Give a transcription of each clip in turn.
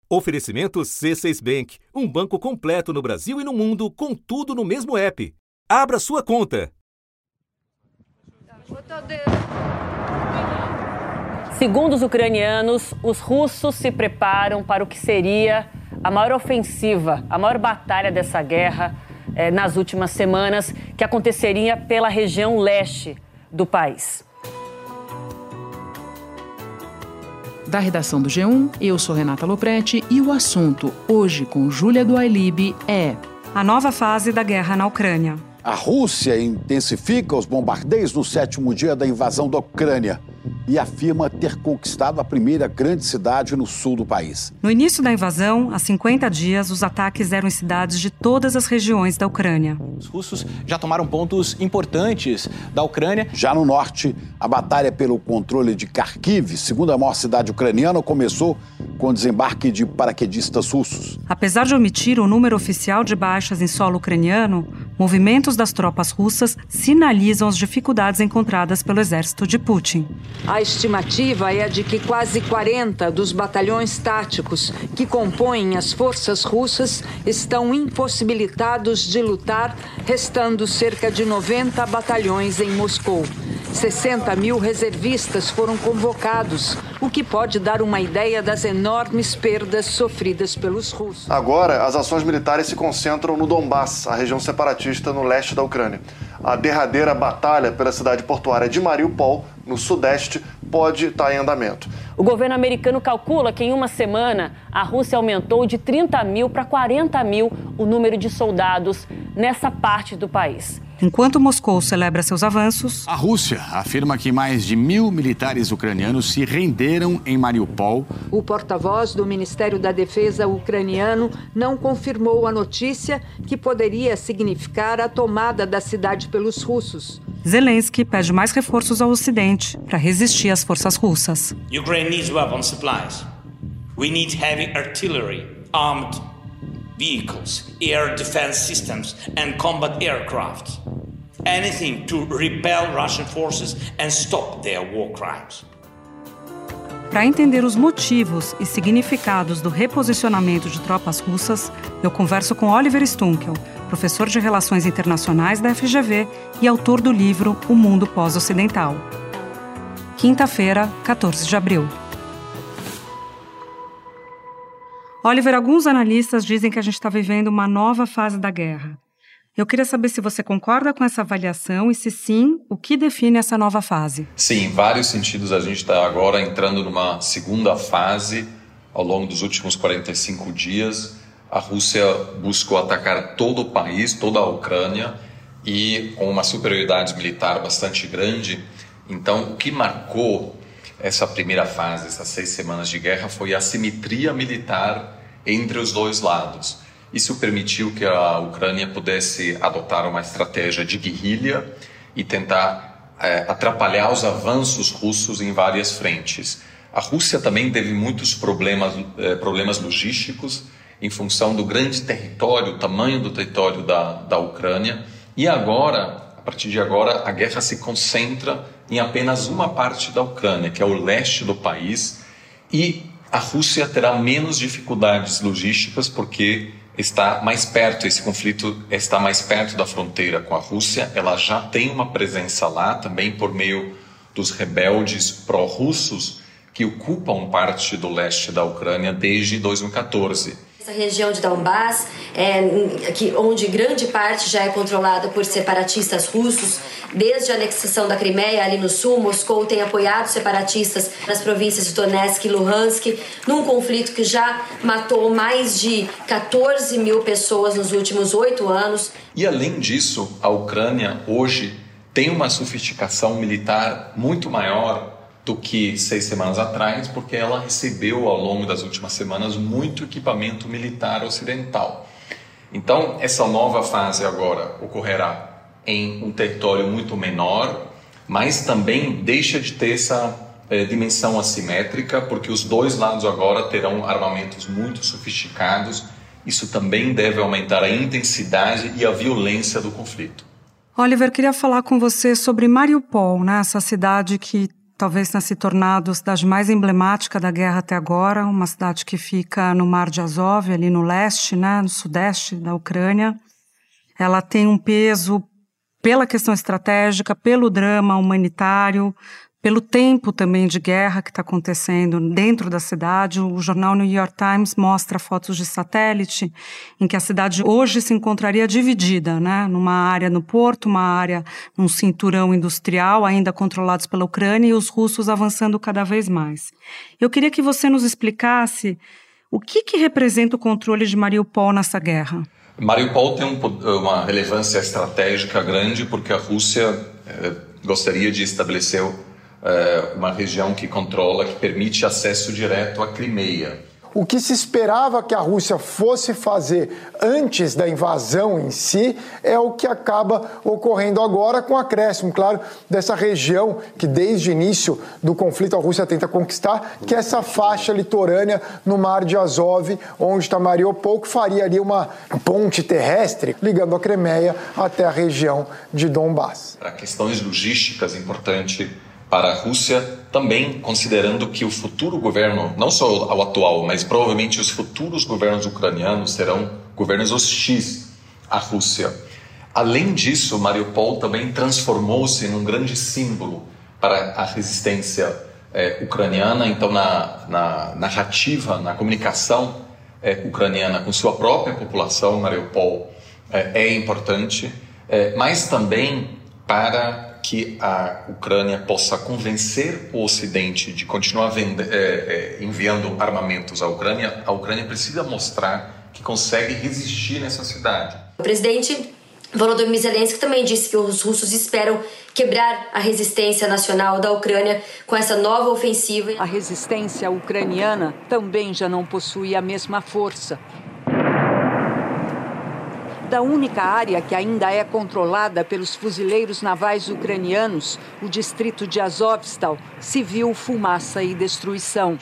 Oferecimento C6 Bank, um banco completo no Brasil e no mundo, com tudo no mesmo app. Abra sua conta. Segundo os ucranianos, os russos se preparam para o que seria a maior ofensiva, a maior batalha dessa guerra nas últimas semanas, que aconteceria pela região leste do país. Da redação do G1, eu sou Renata Lopretti e o assunto, hoje com Júlia do iLib, é a nova fase da guerra na Ucrânia. A Rússia intensifica os bombardeios no 7º dia da invasão da Ucrânia e afirma ter conquistado a primeira grande cidade no sul do país. No início da invasão, há 50 dias, os ataques eram em cidades de todas as regiões da Ucrânia. Os russos já tomaram pontos importantes da Ucrânia. Já no norte, a batalha pelo controle de Kharkiv, segunda maior cidade ucraniana, começou com o desembarque de paraquedistas russos. Apesar de omitir o número oficial de baixas em solo ucraniano, movimentos das tropas russas sinalizam as dificuldades encontradas pelo exército de Putin. A estimativa é de que quase 40 dos batalhões táticos que compõem as forças russas estão impossibilitados de lutar, restando cerca de 90 batalhões em Moscou. 60 mil reservistas foram convocados, o que pode dar uma ideia das enormes perdas sofridas pelos russos. Agora, as ações militares se concentram no Donbass, a região separatista no leste da Ucrânia. A derradeira batalha pela cidade portuária de Mariupol, no sudeste, pode estar em andamento. O governo americano calcula que em uma semana a Rússia aumentou de 30 mil para 40 mil o número de soldados nessa parte do país. Enquanto Moscou celebra seus avanços, a Rússia afirma que mais de 1.000 militares ucranianos se renderam em Mariupol. O porta-voz do Ministério da Defesa ucraniano não confirmou a notícia, que poderia significar a tomada da cidade pelos russos. Zelensky pede mais reforços ao Ocidente para resistir às forças russas. Ukraine needs weapon supplies. We need heavy artillery, armed vehicles, air defense systems and combat aircraft. Anything to repel Russian forces and stop their war crimes. Para entender os motivos e significados do reposicionamento de tropas russas, eu converso com Oliver Stunkel, professor de Relações Internacionais da FGV e autor do livro O Mundo Pós-Ocidental. Quinta-feira, 14 de abril. Oliver, alguns analistas dizem que a gente está vivendo uma nova fase da guerra. Eu queria saber se você concorda com essa avaliação e, se sim, o que define essa nova fase? Sim, em vários sentidos a gente está agora entrando numa segunda fase. Ao longo dos últimos 45 dias, a Rússia buscou atacar todo o país, toda a Ucrânia, e com uma superioridade militar bastante grande. Então, o que marcou essa primeira fase, essas 6 semanas de guerra, foi a assimetria militar entre os dois lados. Isso permitiu que a Ucrânia pudesse adotar uma estratégia de guerrilha e tentar atrapalhar os avanços russos em várias frentes. A Rússia também teve muitos problemas logísticos em função do grande território, o tamanho do território da Ucrânia. E agora, a partir de agora, a guerra se concentra em apenas uma parte da Ucrânia, que é o leste do país, e a Rússia terá menos dificuldades logísticas porque está mais perto, esse conflito está mais perto da fronteira com a Rússia. Ela já tem uma presença lá, também por meio dos rebeldes pró-russos que ocupam parte do leste da Ucrânia desde 2014. Essa região de Donbass, onde grande parte já é controlada por separatistas russos, desde a anexação da Crimeia, ali no sul, Moscou tem apoiado separatistas nas províncias de Donetsk e Luhansk, num conflito que já matou mais de 14 mil pessoas nos últimos 8 anos. E além disso, a Ucrânia hoje tem uma sofisticação militar muito maior do que 6 semanas atrás, porque ela recebeu ao longo das últimas semanas muito equipamento militar ocidental. Então, essa nova fase agora ocorrerá em um território muito menor, mas também deixa de ter essa dimensão assimétrica, porque os dois lados agora terão armamentos muito sofisticados. Isso também deve aumentar a intensidade e a violência do conflito. Oliver, queria falar com você sobre Mariupol, né? Essa cidade que talvez tenha se tornado a cidade mais emblemática da guerra até agora, uma cidade que fica no Mar de Azov, ali no leste, né, no sudeste da Ucrânia. Ela tem um peso pela questão estratégica, pelo drama humanitário, pelo tempo também de guerra que está acontecendo dentro da cidade. O jornal New York Times mostra fotos de satélite em que a cidade hoje se encontraria dividida, né? Numa área no porto, uma área num cinturão industrial, ainda controlados pela Ucrânia, e os russos avançando cada vez mais. Eu queria que você nos explicasse o que representa o controle de Mariupol nessa guerra. Mariupol tem uma relevância estratégica grande porque a Rússia gostaria de estabelecer uma região que controla, que permite acesso direto à Crimeia. O que se esperava que a Rússia fosse fazer antes da invasão em si é o que acaba ocorrendo agora, com o acréscimo, claro, dessa região que desde o início do conflito a Rússia tenta conquistar, que é essa faixa litorânea no Mar de Azov, onde está Mariupol, que faria ali uma ponte terrestre ligando a Crimeia até a região de Donbass. Para questões logísticas importantes para a Rússia, também considerando que o futuro governo, não só o atual, mas provavelmente os futuros governos ucranianos serão governos hostis à Rússia. Além disso, Mariupol também transformou-se num grande símbolo para a resistência ucraniana. Então, na narrativa, na comunicação ucraniana com sua própria população, Mariupol é importante, mas também para que a Ucrânia possa convencer o Ocidente de continuar enviando armamentos à Ucrânia. A Ucrânia precisa mostrar que consegue resistir nessa cidade. O presidente Volodymyr Zelensky também disse que os russos esperam quebrar a resistência nacional da Ucrânia com essa nova ofensiva. A resistência ucraniana também já não possui a mesma força. Da única área que ainda é controlada pelos fuzileiros navais ucranianos, o distrito de Azovstal, se viu fumaça e destruição.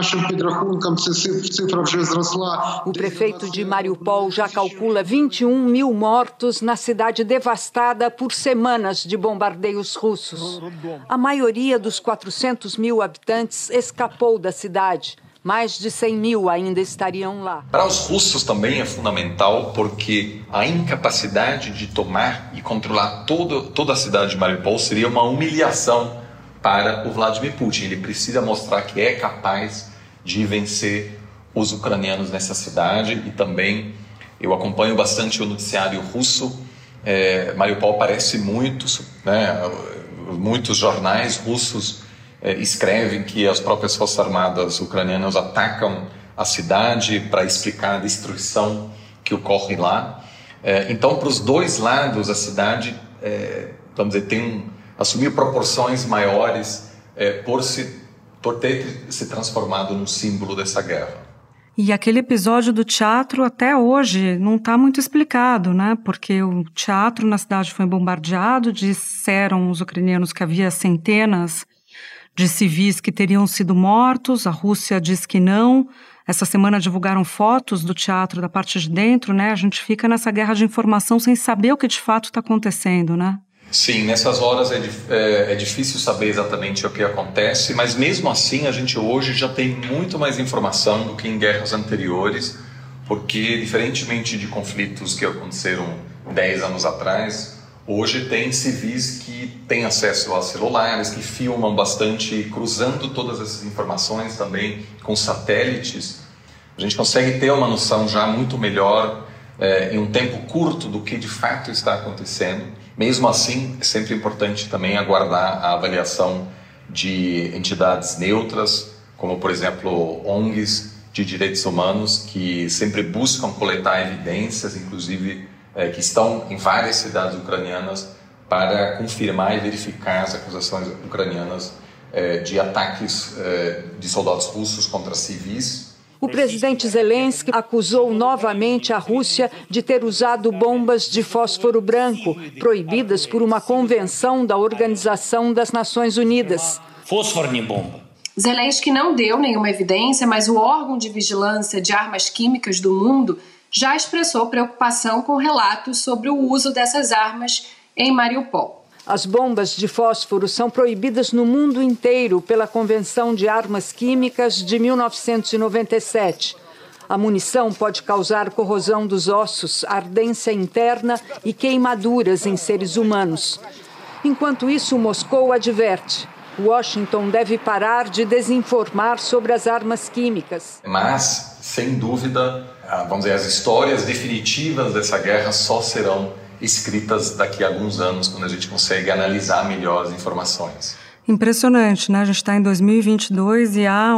O prefeito de Mariupol já calcula 21 mil mortos na cidade devastada por semanas de bombardeios russos. A maioria dos 400 mil habitantes escapou da cidade. Mais de 100 mil ainda estariam lá. Para os russos também é fundamental porque a incapacidade de tomar e controlar toda a cidade de Mariupol seria uma humilhação para o Vladimir Putin. Ele precisa mostrar que é capaz de vencer os ucranianos nessa cidade. E também eu acompanho bastante o noticiário russo. Mariupol aparece muito, né? Muitos jornais russos escrevem que as próprias forças armadas ucranianas atacam a cidade para explicar a destruição que ocorre lá. Então, para os dois lados, a cidade, vamos dizer, assumiu proporções maiores por ter se transformado num símbolo dessa guerra. E aquele episódio do teatro até hoje não está muito explicado, né? Porque o teatro na cidade foi bombardeado, disseram os ucranianos que havia centenas de civis que teriam sido mortos, a Rússia diz que não. Essa semana divulgaram fotos do teatro da parte de dentro, né? A gente fica nessa guerra de informação sem saber o que de fato está acontecendo, né? Sim, nessas horas é difícil saber exatamente o que acontece, mas mesmo assim a gente hoje já tem muito mais informação do que em guerras anteriores, porque diferentemente de conflitos que aconteceram 10 anos atrás, hoje tem civis que têm acesso a celulares, que filmam bastante, cruzando todas essas informações também com satélites. A gente consegue ter uma noção já muito melhor, em um tempo curto, do que de fato está acontecendo. Mesmo assim, é sempre importante também aguardar a avaliação de entidades neutras, como, por exemplo, ONGs de direitos humanos, que sempre buscam coletar evidências, inclusive que estão em várias cidades ucranianas, para confirmar e verificar as acusações ucranianas de ataques de soldados russos contra civis. O presidente Zelensky acusou novamente a Rússia de ter usado bombas de fósforo branco, proibidas por uma convenção da Organização das Nações Unidas. Zelensky não deu nenhuma evidência, mas o órgão de vigilância de armas químicas do mundo já expressou preocupação com relatos sobre o uso dessas armas em Mariupol. As bombas de fósforo são proibidas no mundo inteiro pela Convenção de Armas Químicas de 1997. A munição pode causar corrosão dos ossos, ardência interna e queimaduras em seres humanos. Enquanto isso, Moscou adverte: Washington deve parar de desinformar sobre as armas químicas. Mas, sem dúvida, vamos dizer, as histórias definitivas dessa guerra só serão escritas daqui a alguns anos, quando a gente consegue analisar melhor as informações. Impressionante, né? A gente está em 2022 e há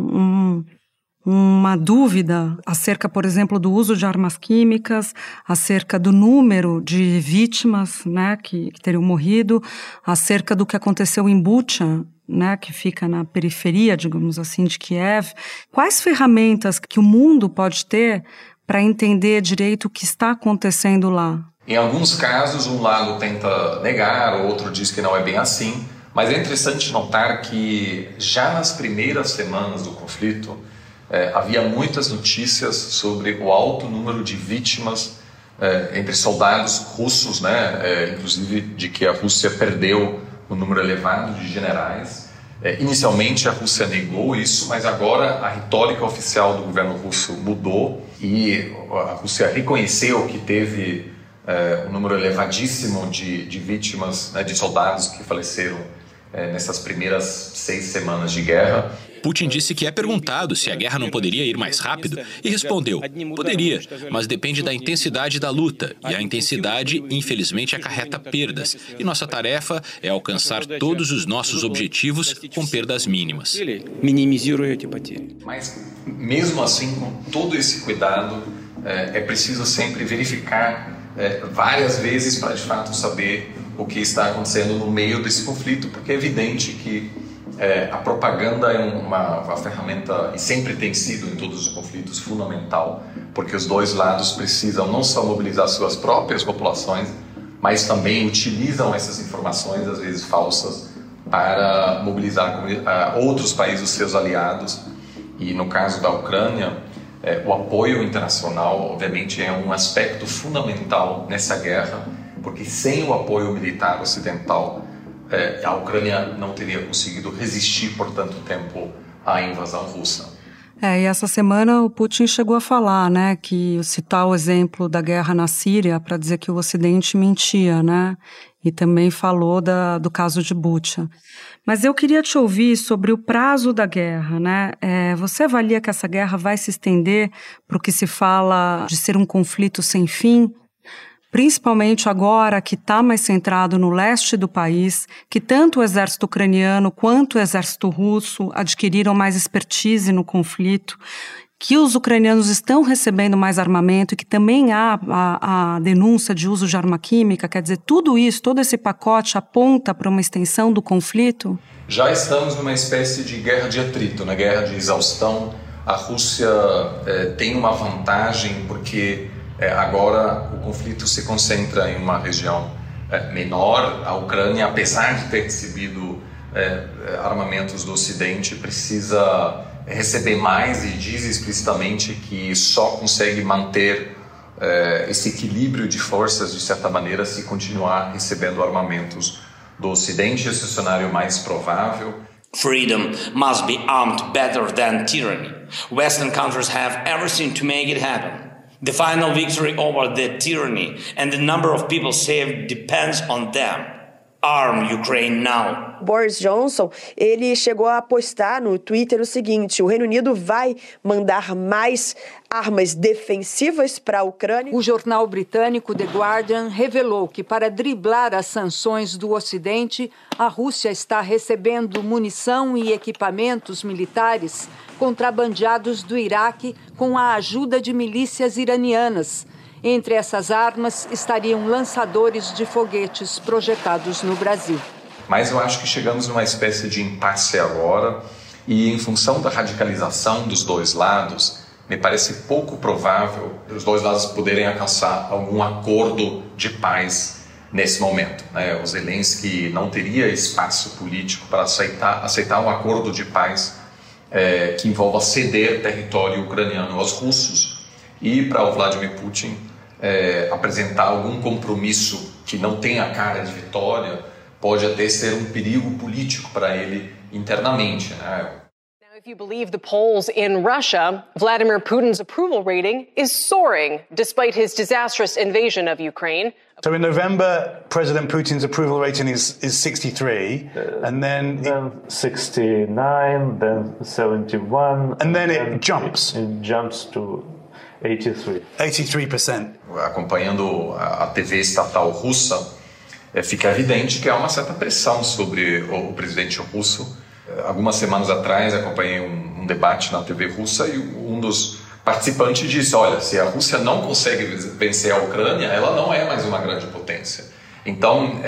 uma dúvida acerca, por exemplo, do uso de armas químicas, acerca do número de vítimas, né, que teriam morrido, acerca do que aconteceu em Bucha, né, que fica na periferia, digamos assim, de Kiev. Quais ferramentas que o mundo pode ter para entender direito o que está acontecendo lá? Em alguns casos, um lado tenta negar, o outro diz que não é bem assim, mas é interessante notar que já nas primeiras semanas do conflito, havia muitas notícias sobre o alto número de vítimas entre soldados russos, né, inclusive de que a Rússia perdeu um número elevado de generais. Inicialmente a Rússia negou isso, mas agora a retórica oficial do governo russo mudou e a Rússia reconheceu que teve um número elevadíssimo de vítimas, né, de soldados que faleceram nessas primeiras 6 semanas de guerra. Putin disse que é perguntado se a guerra não poderia ir mais rápido e respondeu: poderia, mas depende da intensidade da luta, e a intensidade, infelizmente, acarreta perdas, e nossa tarefa é alcançar todos os nossos objetivos com perdas mínimas. Mas, mesmo assim, com todo esse cuidado, é preciso sempre verificar várias vezes para, de fato, saber o que está acontecendo no meio desse conflito, porque é evidente que a propaganda é uma ferramenta, e sempre tem sido em todos os conflitos, fundamental, porque os dois lados precisam não só mobilizar suas próprias populações, mas também utilizam essas informações, às vezes falsas, para mobilizar outros países, seus aliados. E no caso da Ucrânia, o apoio internacional, obviamente, é um aspecto fundamental nessa guerra, porque sem o apoio militar ocidental, a Ucrânia não teria conseguido resistir por tanto tempo à invasão russa. E essa semana o Putin chegou a falar, né, que citar o exemplo da guerra na Síria para dizer que o Ocidente mentia, né, e também falou do caso de Bucha. Mas eu queria te ouvir sobre o prazo da guerra, né? Você avalia que essa guerra vai se estender para o que se fala de ser um conflito sem fim? Principalmente agora que está mais centrado no leste do país, que tanto o exército ucraniano quanto o exército russo adquiriram mais expertise no conflito, que os ucranianos estão recebendo mais armamento e que também há a denúncia de uso de arma química. Quer dizer, tudo isso, todo esse pacote aponta para uma extensão do conflito? Já estamos numa espécie de guerra de atrito, na guerra de exaustão. A Rússia tem uma vantagem porque agora o conflito se concentra em uma região menor. A Ucrânia, apesar de ter recebido armamentos do Ocidente, precisa receber mais e diz explicitamente que só consegue manter esse equilíbrio de forças, de certa maneira, se continuar recebendo armamentos do Ocidente. Esse é o cenário mais provável. Freedom must be armed better than tyranny. Western countries have everything to make it happen. The final victory over the tyranny and the number of people saved depends on them. Arm Ukraine now. Boris Johnson, ele chegou a postar no Twitter o seguinte: o Reino Unido vai mandar mais armas defensivas para a Ucrânia. O jornal britânico The Guardian revelou que, para driblar as sanções do Ocidente, a Rússia está recebendo munição e equipamentos militares contrabandeados do Iraque com a ajuda de milícias iranianas. Entre essas armas estariam lançadores de foguetes projetados no Brasil. Mas eu acho que chegamos numa espécie de impasse agora e, em função da radicalização dos dois lados, me parece pouco provável os dois lados poderem alcançar algum acordo de paz nesse momento, né? O Zelensky não teria espaço político para aceitar um acordo de paz que envolva ceder território ucraniano aos russos e, para o Vladimir Putin, apresentar algum compromisso que não tenha cara de vitória, pode até ser um perigo político para ele internamente, né? If you believe the polls in Russia, Vladimir Putin's approval rating is soaring despite his disastrous invasion of Ukraine. So in November, President Putin's approval rating is 63, and then 69, then 71, and then it jumps. It jumps to 83. 83%. Acompanhando a TV estatal russa, fica evidente que há uma certa pressão sobre o presidente russo. Algumas semanas atrás acompanhei um debate na TV russa e um dos participantes disse: olha, se a Rússia não consegue vencer a Ucrânia, ela não é mais uma grande potência. Então,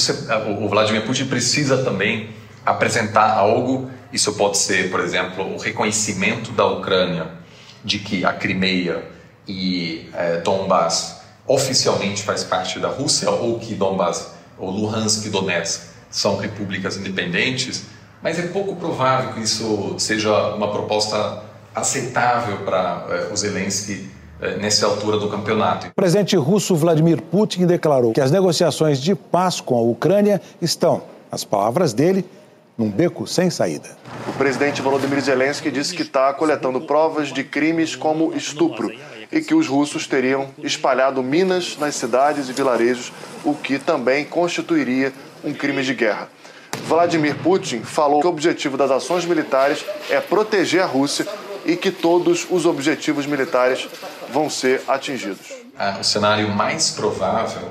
o Vladimir Putin precisa também apresentar algo. Isso pode ser, por exemplo, o reconhecimento da Ucrânia de que a Crimeia e Donbass oficialmente faz parte da Rússia, ou que Donbass, ou Luhansk e Donetsk são repúblicas independentes. Mas é pouco provável que isso seja uma proposta aceitável para o Zelensky nessa altura do campeonato. O presidente russo Vladimir Putin declarou que as negociações de paz com a Ucrânia estão, nas palavras dele, num beco sem saída. O presidente Volodymyr Zelensky disse que está coletando provas de crimes como estupro e que os russos teriam espalhado minas nas cidades e vilarejos, o que também constituiria um crime de guerra. Vladimir Putin falou que o objetivo das ações militares é proteger a Rússia e que todos os objetivos militares vão ser atingidos. O cenário mais provável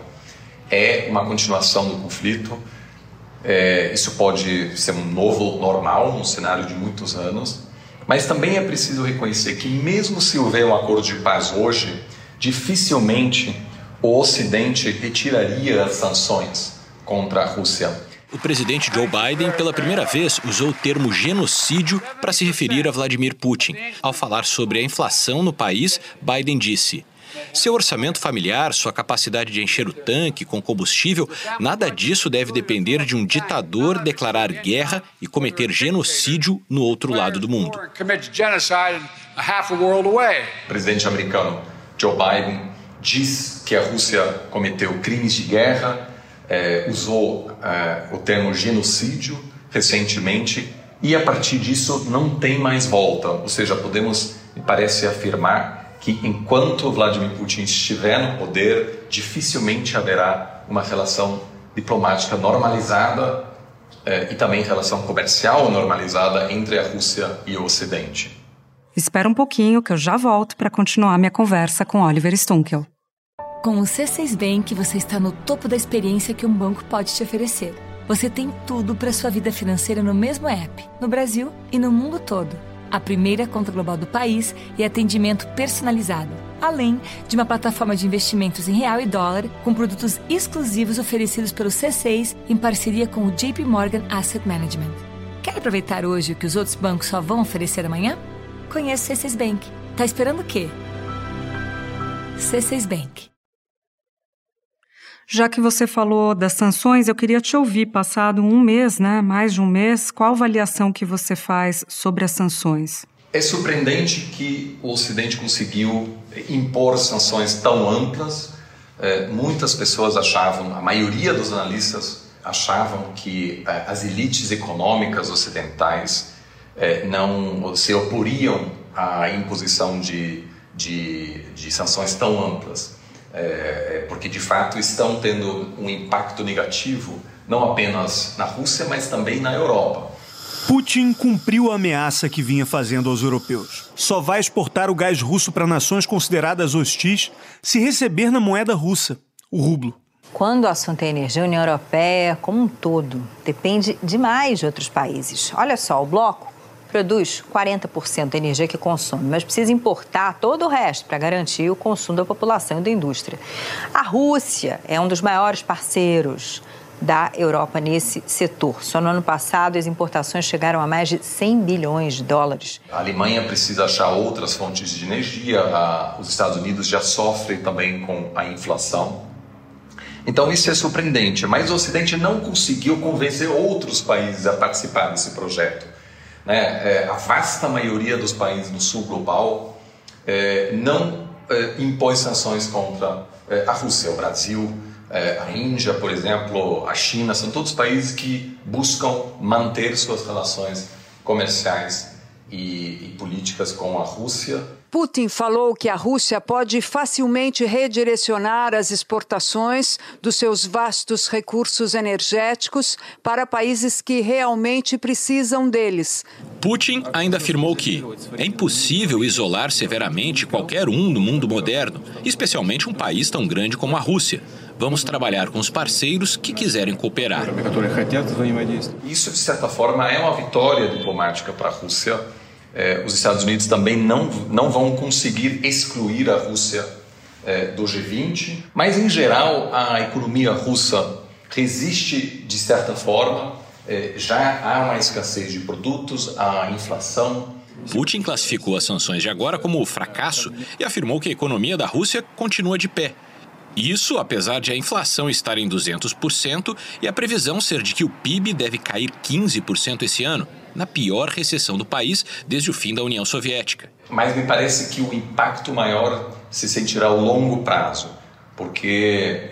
é uma continuação do conflito. Isso pode ser um novo normal, um cenário de muitos anos, mas também é preciso reconhecer que mesmo se houver um acordo de paz hoje, dificilmente o Ocidente retiraria as sanções contra a Rússia. O presidente Joe Biden, pela primeira vez, usou o termo genocídio para se referir a Vladimir Putin. Ao falar sobre a inflação no país, Biden disse: seu orçamento familiar, sua capacidade de encher o tanque com combustível, nada disso deve depender de um ditador declarar guerra e cometer genocídio no outro lado do mundo. O presidente americano Joe Biden diz que a Rússia cometeu crimes de guerra, usou o termo genocídio recentemente e a partir disso não tem mais volta. Ou seja, podemos, me parece, afirmar que enquanto Vladimir Putin estiver no poder, dificilmente haverá uma relação diplomática normalizada e também relação comercial normalizada entre a Rússia e o Ocidente. Espera um pouquinho que eu já volto para continuar minha conversa com Oliver Stunkel. Com o C6 Bank, você está no topo da experiência que um banco pode te oferecer. Você tem tudo para sua vida financeira no mesmo app, no Brasil e no mundo todo. A primeira conta global do país e atendimento personalizado, além de uma plataforma de investimentos em real e dólar com produtos exclusivos oferecidos pelo C6 em parceria com o JP Morgan Asset Management. Quer aproveitar hoje o que os outros bancos só vão oferecer amanhã? Conheça o C6 Bank. Tá esperando o quê? C6 Bank. Já que você falou das sanções, eu queria te ouvir, passado um mês, mais de um mês, qual avaliação que você faz sobre as sanções? É surpreendente que o Ocidente conseguiu impor sanções tão amplas. Muitas pessoas achavam, a maioria dos analistas achavam que as elites econômicas ocidentais não se oporiam à imposição de sanções tão amplas. Porque de fato estão tendo um impacto negativo não apenas na Rússia, mas também na Europa. Putin cumpriu a ameaça que vinha fazendo aos europeus. Só vai exportar o gás russo para nações consideradas hostis se receber na moeda russa, o rublo. Quando o assunto é energia, a União Europeia, como um todo, depende demais de outros países. Olha só, o bloco produz 40% da energia que consome, mas precisa importar todo o resto para garantir o consumo da população e da indústria. A Rússia é um dos maiores parceiros da Europa nesse setor. Só no ano passado, as importações chegaram a mais de 100 bilhões de dólares. A Alemanha precisa achar outras fontes de energia, os Estados Unidos já sofrem também com a inflação. Então isso é surpreendente, mas o Ocidente não conseguiu convencer outros países a participar desse projeto. A vasta maioria dos países do sul global não impõe sanções contra a Rússia. O Brasil a Índia, por exemplo, a China, são todos países que buscam manter suas relações comerciais e políticas com a Rússia. Putin falou que a Rússia pode facilmente redirecionar as exportações dos seus vastos recursos energéticos para países que realmente precisam deles. Putin ainda afirmou que é impossível isolar severamente qualquer um no mundo moderno, especialmente um país tão grande como a Rússia. Vamos trabalhar com os parceiros que quiserem cooperar. Isso, de certa forma, é uma vitória diplomática para a Rússia. Os Estados Unidos também não vão conseguir excluir a Rússia do G20, mas, em geral, a economia russa resiste de certa forma. Já há uma escassez de produtos, há inflação. Putin classificou as sanções de agora como fracasso e afirmou que a economia da Rússia continua de pé. Isso apesar de a inflação estar em 200% e a previsão ser de que o PIB deve cair 15% esse ano, na pior recessão do país desde o fim da União Soviética. Mas me parece que o impacto maior se sentirá ao longo prazo, porque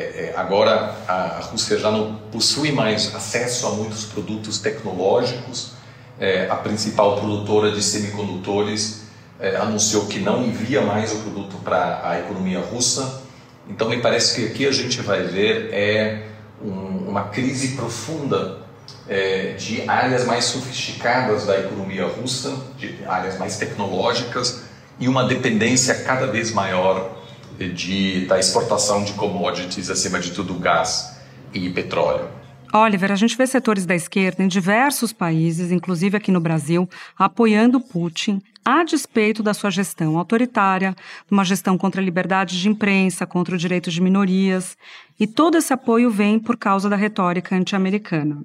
agora a Rússia já não possui mais acesso a muitos produtos tecnológicos. A principal produtora de semicondutores anunciou que não envia mais o produto para a economia russa. Então me parece que aqui a gente vai ver uma crise profunda de áreas mais sofisticadas da economia russa, de áreas mais tecnológicas e uma dependência cada vez maior da exportação de commodities, acima de tudo gás e petróleo. Oliver, a gente vê setores da esquerda em diversos países, inclusive aqui no Brasil, apoiando Putin a despeito da sua gestão autoritária, uma gestão contra a liberdade de imprensa, contra os direitos de minorias, e todo esse apoio vem por causa da retórica anti-americana.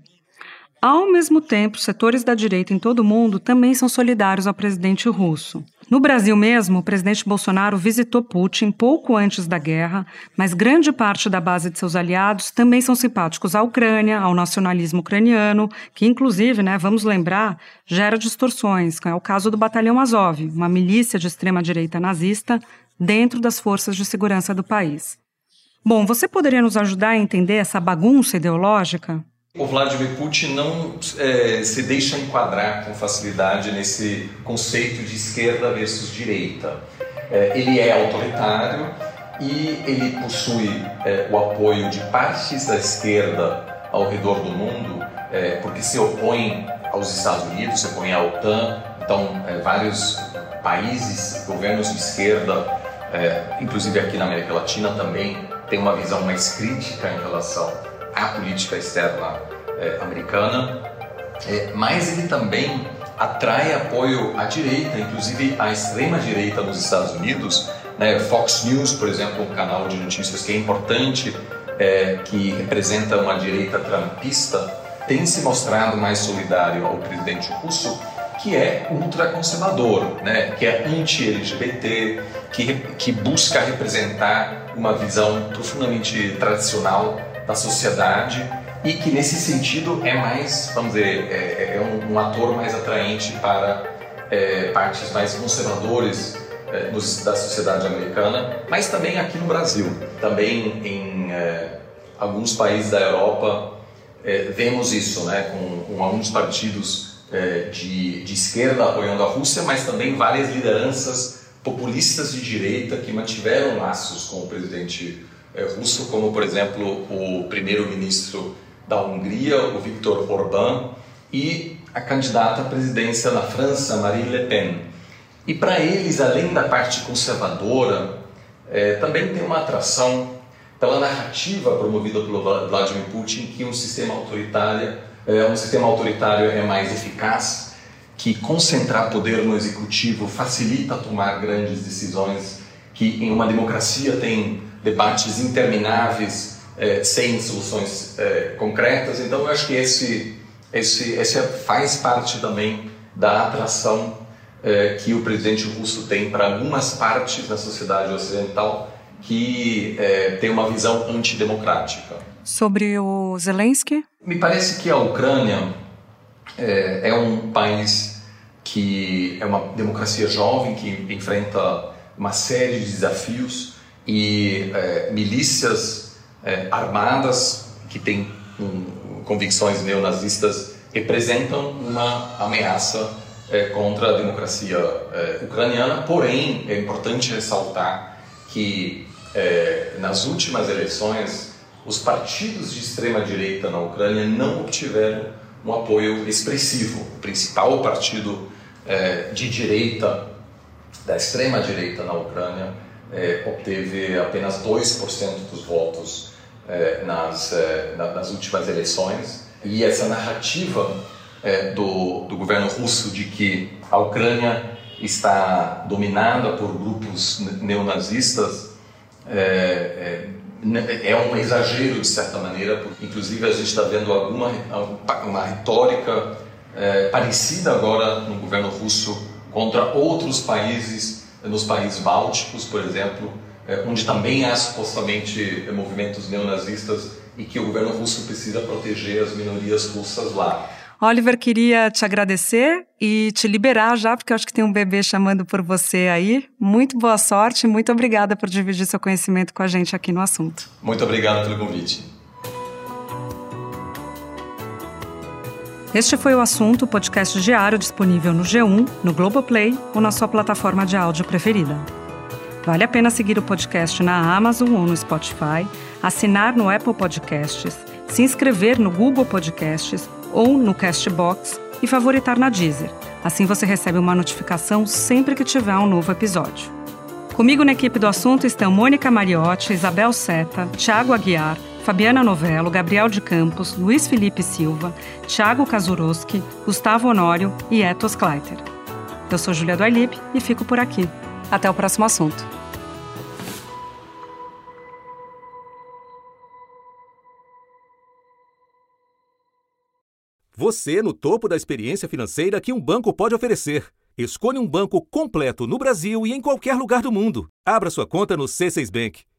Ao mesmo tempo, setores da direita em todo o mundo também são solidários ao presidente russo. No Brasil mesmo, o presidente Bolsonaro visitou Putin pouco antes da guerra, mas grande parte da base de seus aliados também são simpáticos à Ucrânia, ao nacionalismo ucraniano, que inclusive, vamos lembrar, gera distorções, é o caso do Batalhão Azov, uma milícia de extrema-direita nazista dentro das forças de segurança do país. Bom, você poderia nos ajudar a entender essa bagunça ideológica? O Vladimir Putin não se deixa enquadrar com facilidade nesse conceito de esquerda versus direita. Ele é autoritário e ele possui o apoio de partes da esquerda ao redor do mundo, porque se opõe aos Estados Unidos, se opõe à OTAN. Então, vários países, governos de esquerda, inclusive aqui na América Latina, também têm uma visão mais crítica em relação à política externa americana, mas ele também atrai apoio à direita, inclusive à extrema-direita nos Estados Unidos. Fox News, por exemplo, um canal de notícias que é importante, que representa uma direita trumpista, tem se mostrado mais solidário ao presidente russo, que é ultraconservador, que é anti-LGBT, que busca representar uma visão profundamente tradicional da sociedade e que nesse sentido é mais, vamos dizer, um ator mais atraente para partes mais conservadoras da sociedade americana, mas também aqui no Brasil. Também em alguns países da Europa vemos isso, com alguns partidos de esquerda apoiando a Rússia, mas também várias lideranças populistas de direita que mantiveram laços com o presidente russo, como, por exemplo, o primeiro-ministro da Hungria, o Viktor Orbán, e a candidata à presidência na França, Marine Le Pen. E para eles, além da parte conservadora, também tem uma atração pela narrativa promovida pelo Vladimir Putin, que um sistema autoritário é mais eficaz, que concentrar poder no executivo facilita tomar grandes decisões, que em uma democracia tem debates intermináveis sem soluções concretas. Então eu acho que esse faz parte também da atração que o presidente russo tem para algumas partes da sociedade ocidental que tem uma visão antidemocrática. Sobre o Zelensky? Me parece que a Ucrânia é um país que é uma democracia jovem, que enfrenta uma série de desafios, e milícias armadas que têm convicções neonazistas representam uma ameaça contra a democracia ucraniana. Porém, é importante ressaltar que nas últimas eleições os partidos de extrema-direita na Ucrânia não obtiveram um apoio expressivo. O principal partido de direita, da extrema-direita na Ucrânia, obteve apenas 2% dos votos nas últimas eleições. E essa narrativa do governo russo de que a Ucrânia está dominada por grupos neonazistas é um exagero, de certa maneira, porque, inclusive, a gente está vendo uma retórica parecida agora no governo russo contra outros países, nos países bálticos, por exemplo, onde também há supostamente movimentos neonazistas e que o governo russo precisa proteger as minorias russas lá. Oliver, queria te agradecer e te liberar já, porque eu acho que tem um bebê chamando por você aí. Muito boa sorte, muito obrigada por dividir seu conhecimento com a gente aqui no assunto. Muito obrigado pelo convite. Este foi o Assunto, podcast diário disponível no G1, no Globoplay ou na sua plataforma de áudio preferida. Vale a pena seguir o podcast na Amazon ou no Spotify, assinar no Apple Podcasts, se inscrever no Google Podcasts ou no Castbox e favoritar na Deezer. Assim você recebe uma notificação sempre que tiver um novo episódio. Comigo na equipe do Assunto estão Mônica Mariotti, Isabel Seta, Thiago Aguiar, Fabiana Novello, Gabriel de Campos, Luiz Felipe Silva, Thiago Kazuroski, Gustavo Honório e Etos Kleiter. Eu sou Júlia Duailib e fico por aqui. Até o próximo assunto. Você no topo da experiência financeira que um banco pode oferecer. Escolha um banco completo no Brasil e em qualquer lugar do mundo. Abra sua conta no C6 Bank.